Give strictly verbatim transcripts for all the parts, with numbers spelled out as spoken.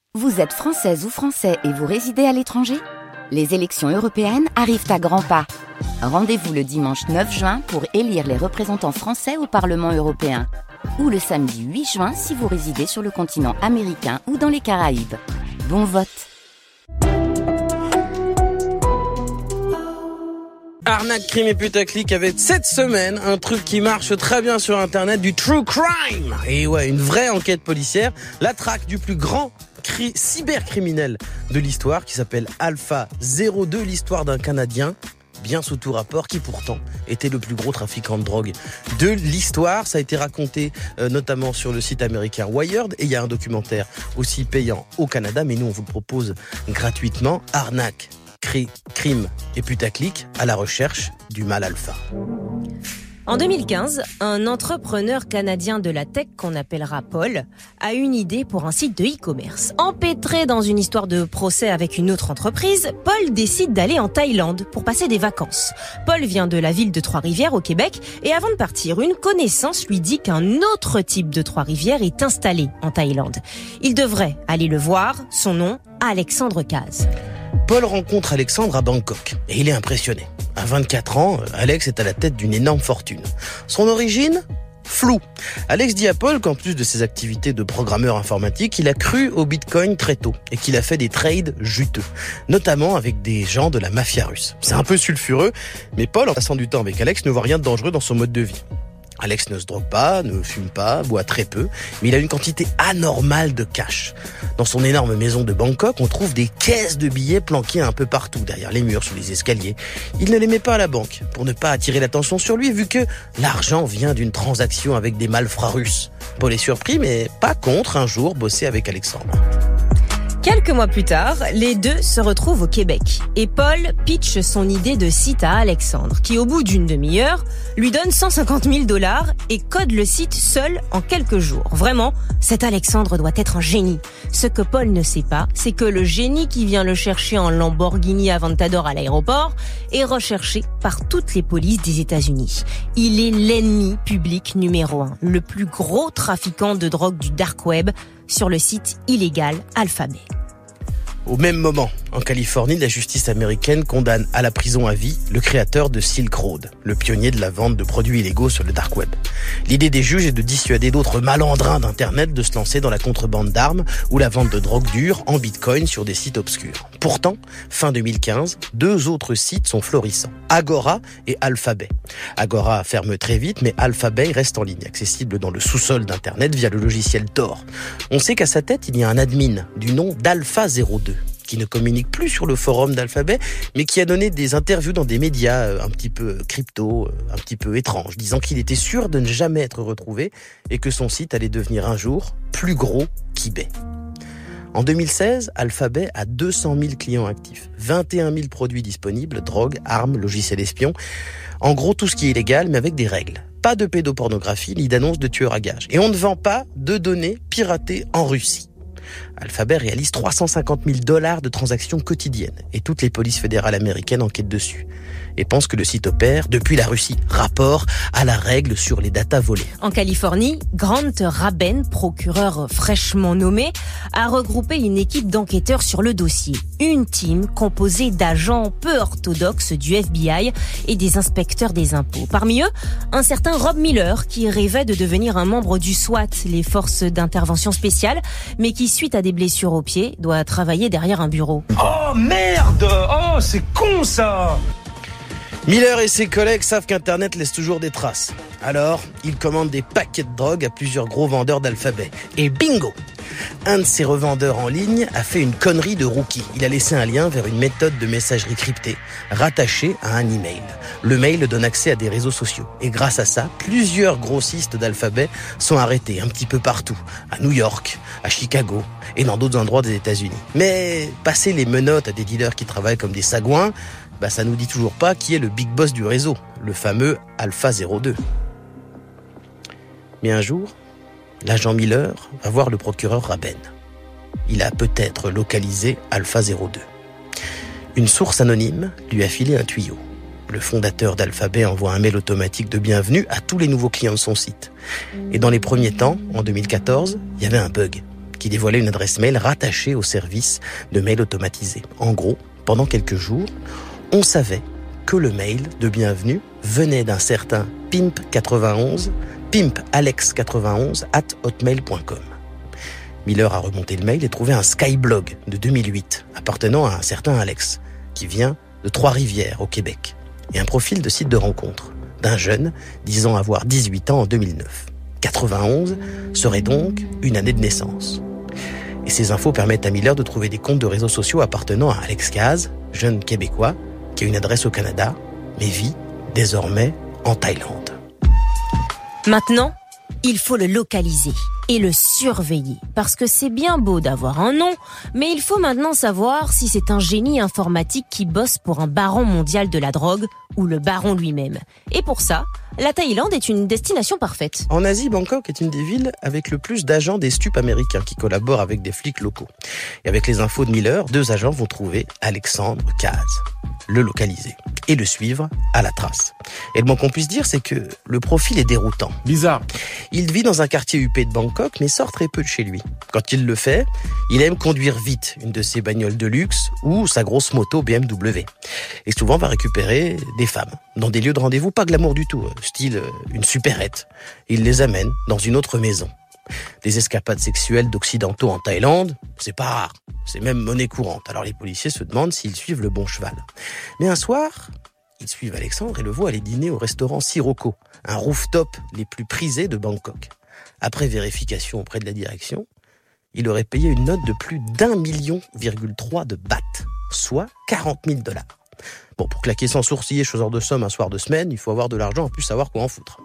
Vous êtes française ou français et vous résidez à l'étranger ? Les élections européennes arrivent à grands pas. Rendez-vous le dimanche neuf juin pour élire les représentants français au Parlement européen. Ou le samedi huit juin si vous résidez sur le continent américain ou dans les Caraïbes. Bon vote! Arnaque, crime et putaclic avec cette semaine un truc qui marche très bien sur internet, du true crime. Et ouais, une vraie enquête policière, la traque du plus grand cri- cybercriminel de l'histoire qui s'appelle Alpha zéro deux, l'histoire d'un Canadien bien sous tout rapport qui pourtant était le plus gros trafiquant de drogue de l'histoire. Ça a été raconté euh, notamment sur le site américain Wired et il y a un documentaire aussi payant au Canada, mais nous on vous le propose gratuitement. Arnaque, cri, crime et putaclic à la recherche du mal alpha. En deux mille quinze, un entrepreneur canadien de la tech qu'on appellera Paul a une idée pour un site de e-commerce. Empêtré dans une histoire de procès avec une autre entreprise, Paul décide d'aller en Thaïlande pour passer des vacances. Paul vient de la ville de Trois-Rivières au Québec et avant de partir, une connaissance lui dit qu'un autre type de Trois-Rivières est installé en Thaïlande. Il devrait aller le voir, son nom, Alexandre Caz. Paul rencontre Alexandre à Bangkok et il est impressionné. À vingt-quatre ans, Alex est à la tête d'une énorme fortune. Son origine ? Floue. Alex dit à Paul qu'en plus de ses activités de programmeur informatique, il a cru au Bitcoin très tôt et qu'il a fait des trades juteux, notamment avec des gens de la mafia russe. C'est un peu sulfureux, mais Paul, en passant du temps avec Alex, ne voit rien de dangereux dans son mode de vie. Alex ne se drogue pas, ne fume pas, boit très peu, mais il a une quantité anormale de cash. Dans son énorme maison de Bangkok, on trouve des caisses de billets planquées un peu partout, derrière les murs, sur les escaliers. Il ne les met pas à la banque, pour ne pas attirer l'attention sur lui, vu que l'argent vient d'une transaction avec des malfrats russes. Paul est surpris, mais pas contre un jour bosser avec Alexandre. Quelques mois plus tard, les deux se retrouvent au Québec et Paul pitch son idée de site à Alexandre qui, au bout d'une demi-heure, lui donne cent cinquante mille dollars et code le site seul en quelques jours. Vraiment, cet Alexandre doit être un génie. Ce que Paul ne sait pas, c'est que le génie qui vient le chercher en Lamborghini Aventador à l'aéroport est recherché par toutes les polices des États-Unis. Il est l'ennemi public numéro un, le plus gros trafiquant de drogue du dark web sur le site illégal Alphabet. Au même moment, en Californie, la justice américaine condamne à la prison à vie le créateur de Silk Road, le pionnier de la vente de produits illégaux sur le dark web. L'idée des juges est de dissuader d'autres malandrins d'Internet de se lancer dans la contrebande d'armes ou la vente de drogue dure en bitcoin sur des sites obscurs. Pourtant, fin deux mille quinze, deux autres sites sont florissants, Agora et Alphabet. Agora ferme très vite, mais Alphabet reste en ligne, accessible dans le sous-sol d'Internet via le logiciel Tor. On sait qu'à sa tête, il y a un admin du nom d'Alpha zéro deux. Qui ne communique plus sur le forum d'Alphabet, mais qui a donné des interviews dans des médias un petit peu crypto, un petit peu étranges, disant qu'il était sûr de ne jamais être retrouvé et que son site allait devenir un jour plus gros qu'eBay. En deux mille seize, Alphabet a deux cent mille clients actifs, vingt et un mille produits disponibles, drogue, armes, logiciels espions. En gros, tout ce qui est illégal, mais avec des règles. Pas de pédopornographie, ni d'annonces de tueurs à gages. Et on ne vend pas de données piratées en Russie. Alphabet réalise trois cent cinquante mille dollars de transactions quotidiennes et toutes les polices fédérales américaines enquêtent dessus et pensent que le site opère depuis la Russie. Rapport à la règle sur les datas volées. En Californie, Grant Raben, procureur fraîchement nommé, a regroupé une équipe d'enquêteurs sur le dossier. Une team composée d'agents peu orthodoxes du F B I et des inspecteurs des impôts. Parmi eux, un certain Rob Miller qui rêvait de devenir un membre du SWAT, les forces d'intervention spéciale, mais qui, suite à des blessures aux pieds, doit travailler derrière un bureau. Oh merde! Oh, c'est con ça! Miller et ses collègues savent qu'Internet laisse toujours des traces. Alors, ils commandent des paquets de drogue à plusieurs gros vendeurs d'Alphabet. Et bingo! Un de ces revendeurs en ligne a fait une connerie de rookie. Il a laissé un lien vers une méthode de messagerie cryptée, rattachée à un email. Le mail donne accès à des réseaux sociaux. Et grâce à ça, plusieurs grossistes d'Alphabet sont arrêtés un petit peu partout. À New York, à Chicago et dans d'autres endroits des États-Unis. Mais passer les menottes à des dealers qui travaillent comme des sagouins, bah ça nous dit toujours pas qui est le big boss du réseau, le fameux Alpha zéro deux. Mais un jour, l'agent Miller va voir le procureur Raben. Il a peut-être localisé Alpha zéro deux. Une source anonyme lui a filé un tuyau. Le fondateur d'Alphabet envoie un mail automatique de bienvenue à tous les nouveaux clients de son site. Et dans les premiers temps, en deux mille quatorze, il y avait un bug. qui dévoilait une adresse mail rattachée au service de mail automatisé. En gros, pendant quelques jours, on savait que le mail de bienvenue venait d'un certain pimp quatre-vingt-onze, pimp alex quatre-vingt-onze arobase hotmail point com. Miller a remonté le mail et trouvé un Skyblog de deux mille huit appartenant à un certain Alex, qui vient de Trois-Rivières, au Québec, et un profil de site de rencontre d'un jeune disant avoir dix-huit ans en deux mille neuf. quatre-vingt-onze serait donc une année de naissance. Et ces infos permettent à Miller de trouver des comptes de réseaux sociaux appartenant à Alex Caz, jeune Québécois, qui a une adresse au Canada, mais vit désormais en Thaïlande. Maintenant, il faut le localiser et le surveiller, parce que c'est bien beau d'avoir un nom, mais il faut maintenant savoir si c'est un génie informatique qui bosse pour un baron mondial de la drogue ou le baron lui-même. Et pour ça, la Thaïlande est une destination parfaite. En Asie, Bangkok est une des villes avec le plus d'agents des stupes américains qui collaborent avec des flics locaux. Et avec les infos de Miller, deux agents vont trouver Alexandre Caz, le localiser et le suivre à la trace. Et le moins qu'on puisse dire, c'est que le profil est déroutant. Bizarre. Il vit dans un quartier huppé de Bangkok, mais sort très peu de chez lui. Quand il le fait, il aime conduire vite une de ses bagnoles de luxe ou sa grosse moto B M W. Et souvent va récupérer des femmes dans des lieux de rendez-vous pas glamour du tout, style une supérette. Il les amène dans une autre maison. Des escapades sexuelles d'occidentaux en Thaïlande, c'est pas rare. C'est même monnaie courante. Alors les policiers se demandent s'ils suivent le bon cheval. Mais un soir, ils suivent Alexandre et le voient aller dîner au restaurant Sirocco, un rooftop les plus prisés de Bangkok. Après vérification auprès de la direction, il aurait payé une note de plus d'un million virgule trois de bahts, soit quarante mille dollars. Bon, pour claquer sans sourciller ce genre de somme un soir de semaine, il faut avoir de l'argent en plus savoir quoi en foutre.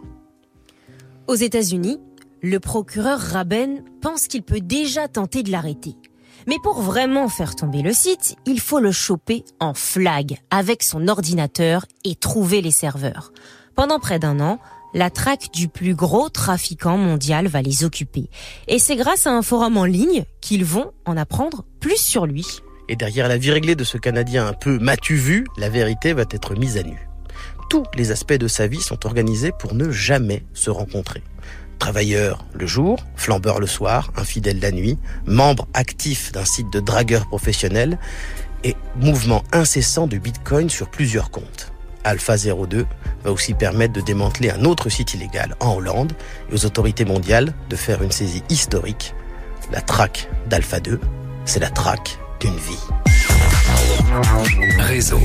Aux États-Unis, le procureur Rabin pense qu'il peut déjà tenter de l'arrêter. Mais pour vraiment faire tomber le site, il faut le choper en flag avec son ordinateur et trouver les serveurs. Pendant près d'un an, la traque du plus gros trafiquant mondial va les occuper. Et c'est grâce à un forum en ligne qu'ils vont en apprendre plus sur lui. Et derrière la vie réglée de ce Canadien un peu m'as-tu vu, la vérité va être mise à nu. Tous les aspects de sa vie sont organisés pour ne jamais se rencontrer. Travailleur le jour, flambeur le soir, infidèle la nuit, membre actif d'un site de dragueurs professionnels et mouvement incessant de Bitcoin sur plusieurs comptes. Alpha zéro deux va aussi permettre de démanteler un autre site illégal en Hollande et aux autorités mondiales de faire une saisie historique. La traque d'Alpha deux, c'est la traque d'une vie. Réseau.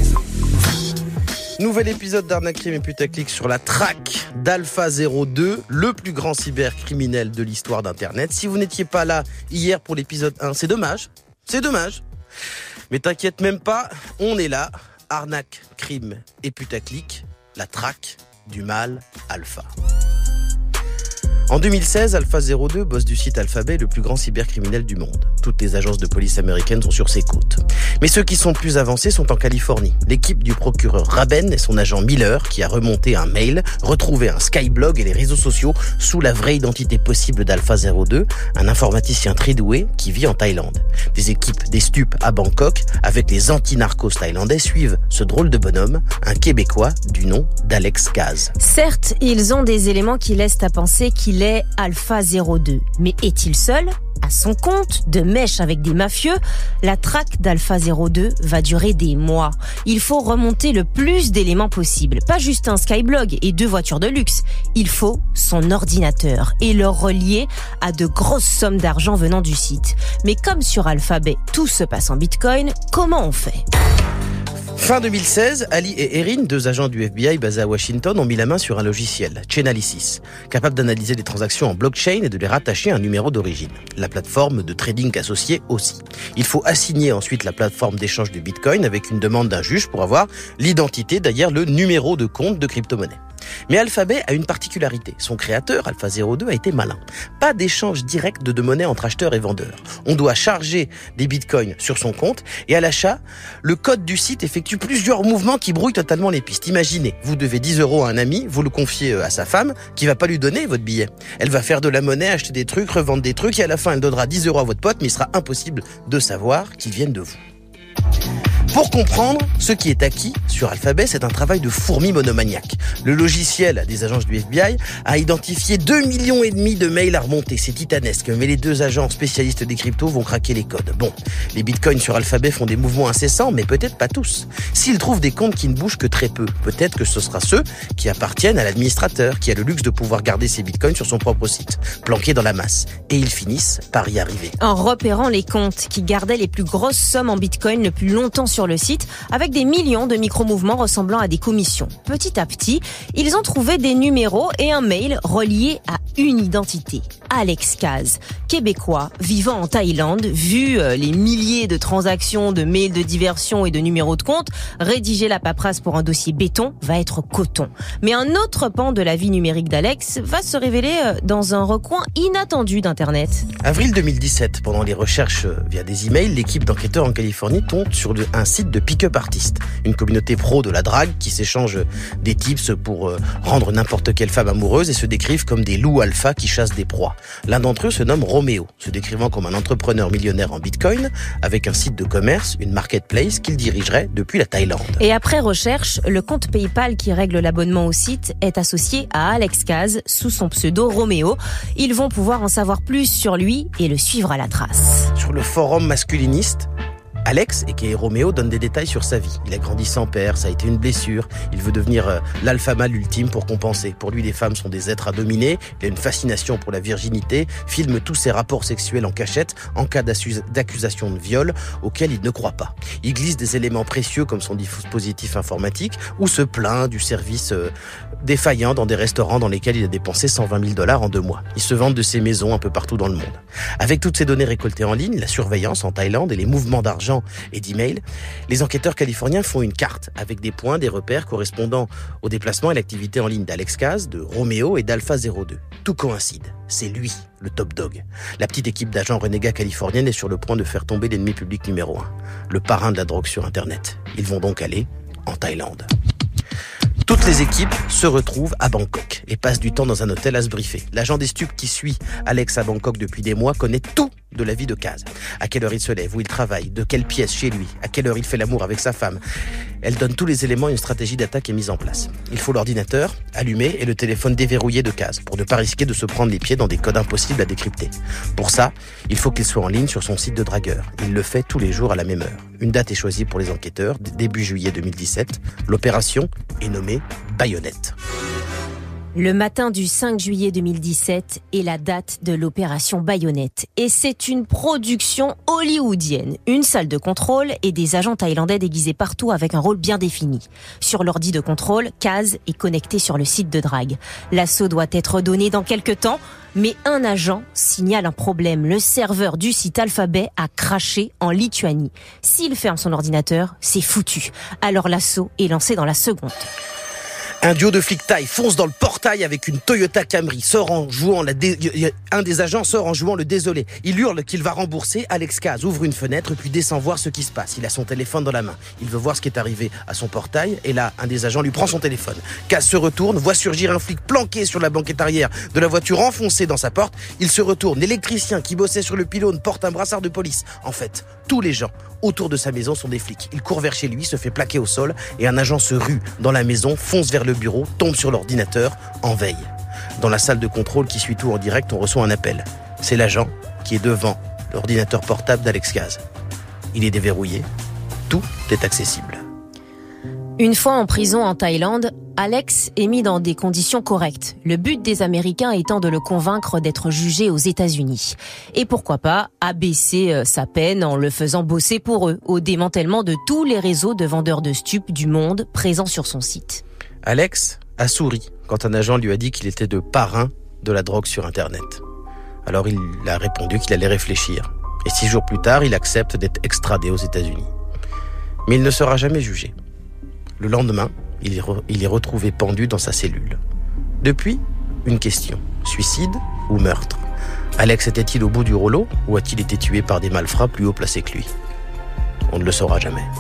Nouvel épisode d'Arnaque Crime et Putaclic sur la traque d'Alpha zéro deux, le plus grand cybercriminel de l'histoire d'Internet. Si vous n'étiez pas là hier pour l'épisode un, c'est dommage, c'est dommage. Mais t'inquiète même pas, on est là. Arnaque, crime et putaclic, la traque du mal Alpha. En deux mille seize, Alpha zéro deux, boss du site Alphabet, le plus grand cybercriminel du monde. Toutes les agences de police américaines sont sur ses côtes. Mais ceux qui sont plus avancés sont en Californie. L'équipe du procureur Rabin et son agent Miller, qui a remonté un mail, retrouvé un Skyblog et les réseaux sociaux sous la vraie identité possible d'Alpha zéro deux, un informaticien très doué qui vit en Thaïlande. Des équipes des stupes à Bangkok, avec les anti-narcos thaïlandais, suivent ce drôle de bonhomme, un Québécois du nom d'Alex Caz. Certes, ils ont des éléments qui laissent à penser qu'il est Alpha zéro deux. Mais est-il seul ? À son compte, de mèche avec des mafieux, la traque d'Alpha zéro deux va durer des mois. Il faut remonter le plus d'éléments possible. Pas juste un Skyblog et deux voitures de luxe. Il faut son ordinateur et le relier à de grosses sommes d'argent venant du site. Mais comme sur Alphabet, tout se passe en Bitcoin, comment on fait ? Fin deux mille seize, Ali et Erin, deux agents du F B I basés à Washington, ont mis la main sur un logiciel, Chainalysis, capable d'analyser les transactions en blockchain et de les rattacher à un numéro d'origine. La plateforme de trading associée aussi. Il faut assigner ensuite la plateforme d'échange de Bitcoin avec une demande d'un juge pour avoir l'identité, d'ailleurs le numéro de compte de crypto-monnaie. Mais Alphabet a une particularité. Son créateur, Alpha zéro deux, a été malin. Pas d'échange direct de monnaie entre acheteurs et vendeurs. On doit charger des bitcoins sur son compte et à l'achat, le code du site effectue plusieurs mouvements qui brouillent totalement les pistes. Imaginez, vous devez dix euros à un ami, vous le confiez à sa femme qui va pas lui donner votre billet. Elle va faire de la monnaie, acheter des trucs, revendre des trucs et à la fin, elle donnera dix euros à votre pote, mais il sera impossible de savoir qu'ils viennent de vous. Pour comprendre ce qui est acquis sur Alphabet, c'est un travail de fourmi monomaniaque. Le logiciel des agences du F B I a identifié deux millions et demi de mails à remonter. C'est titanesque, mais les deux agents spécialistes des cryptos vont craquer les codes. Bon, les bitcoins sur Alphabet font des mouvements incessants, mais peut-être pas tous. S'ils trouvent des comptes qui ne bougent que très peu, peut-être que ce sera ceux qui appartiennent à l'administrateur, qui a le luxe de pouvoir garder ses bitcoins sur son propre site, planqués dans la masse. Et ils finissent par y arriver. En repérant les comptes qui gardaient les plus grosses sommes en bitcoin le plus longtemps sur le site, avec des millions de micro-mouvements ressemblant à des commissions. Petit à petit, ils ont trouvé des numéros et un mail reliés à une identité. Alex Caz, québécois, vivant en Thaïlande, vu les milliers de transactions de mails de diversion et de numéros de compte, rédiger la paperasse pour un dossier béton va être coton. Mais un autre pan de la vie numérique d'Alex va se révéler dans un recoin inattendu d'Internet. Avril deux mille dix-sept, pendant les recherches via des emails, l'équipe d'enquêteurs en Californie tombe sur un site de pick-up artist, une communauté pro de la drague qui s'échange des tips pour rendre n'importe quelle femme amoureuse et se décrivent comme des loups alpha qui chassent des proies. L'un d'entre eux se nomme Roméo, se décrivant comme un entrepreneur millionnaire en bitcoin, avec un site de commerce, une marketplace qu'il dirigerait depuis la Thaïlande. Et après recherche, le compte PayPal qui règle l'abonnement au site est associé à Alex Caz sous son pseudo Roméo. Ils vont pouvoir en savoir plus sur lui et le suivre à la trace. Sur le forum masculiniste, Alex, et qui est Roméo, donne des détails sur sa vie. Il a grandi sans père, ça a été une blessure. Il veut devenir euh, l'alpha mâle ultime pour compenser. Pour lui, les femmes sont des êtres à dominer. Il a une fascination pour la virginité, filme tous ses rapports sexuels en cachette en cas d'accusation de viol auquel il ne croit pas. Il glisse des éléments précieux comme son dispositif informatique ou se plaint du service euh, défaillant dans des restaurants dans lesquels il a dépensé cent vingt mille dollars en deux mois. Il se vante de ses maisons un peu partout dans le monde. Avec toutes ces données récoltées en ligne, la surveillance en Thaïlande et les mouvements d'argent et d'emails, les enquêteurs californiens font une carte avec des points, des repères correspondant au déplacement et l'activité en ligne d'Alex Caz, de Roméo et d'Alpha zéro deux. Tout coïncide. C'est lui, le top dog. La petite équipe d'agents renégats californienne est sur le point de faire tomber l'ennemi public numéro un, le parrain de la drogue sur Internet. Ils vont donc aller en Thaïlande. Toutes les équipes se retrouvent à Bangkok et passent du temps dans un hôtel à se briefer. L'agent des stupes qui suit Alex à Bangkok depuis des mois connaît tout de la vie de Caz. À quelle heure il se lève, où il travaille, de quelle pièce chez lui, à quelle heure il fait l'amour avec sa femme. Elle donne tous les éléments et une stratégie d'attaque est mise en place. Il faut l'ordinateur allumé et le téléphone déverrouillé de Caz pour ne pas risquer de se prendre les pieds dans des codes impossibles à décrypter. Pour ça, il faut qu'il soit en ligne sur son site de dragueur. Il le fait tous les jours à la même heure. Une date est choisie pour les enquêteurs, début juillet deux mille dix-sept. L'opération est nommée Baïonnette. Le matin du cinq juillet deux mille dix-sept est la date de l'opération Baïonnette. Et c'est une production hollywoodienne. Une salle de contrôle et des agents thaïlandais déguisés partout avec un rôle bien défini. Sur l'ordi de contrôle, Caz est connecté sur le site de drague. L'assaut doit être donné dans quelques temps, mais un agent signale un problème. Le serveur du site Alphabet a craché en Lituanie. S'il ferme son ordinateur, c'est foutu. Alors l'assaut est lancé dans la seconde. Un duo de flics thaï fonce dans le portail avec une Toyota Camry, sort en jouant la dé... un des agents sort en jouant le désolé. Il hurle qu'il va rembourser. Alex Caz ouvre une fenêtre puis descend voir ce qui se passe. Il a son téléphone dans la main. Il veut voir ce qui est arrivé à son portail et là, un des agents lui prend son téléphone. Caz se retourne, voit surgir un flic planqué sur la banquette arrière de la voiture enfoncée dans sa porte. Il se retourne. L'électricien qui bossait sur le pylône porte un brassard de police. En fait, tous les gens autour de sa maison sont des flics. Il court vers chez lui, se fait plaquer au sol et un agent se rue dans la maison, fonce vers le bureau, tombe sur l'ordinateur, en veille. Dans la salle de contrôle qui suit tout en direct, on reçoit un appel. C'est l'agent qui est devant l'ordinateur portable d'Alex Caz. Il est déverrouillé. Tout est accessible. Une fois en prison en Thaïlande, Alex est mis dans des conditions correctes. Le but des Américains étant de le convaincre d'être jugé aux États-Unis. Et pourquoi pas abaisser sa peine en le faisant bosser pour eux, au démantèlement de tous les réseaux de vendeurs de stupes du monde présents sur son site. Alex a souri quand un agent lui a dit qu'il était le parrain de la drogue sur Internet. Alors il a répondu qu'il allait réfléchir. Et six jours plus tard, il accepte d'être extradé aux États-Unis. Mais il ne sera jamais jugé. Le lendemain, il est, re- il est retrouvé pendu dans sa cellule. Depuis, une question. Suicide ou meurtre ? Alex était-il au bout du rouleau ou a-t-il été tué par des malfrats plus haut placés que lui ? On ne le saura jamais.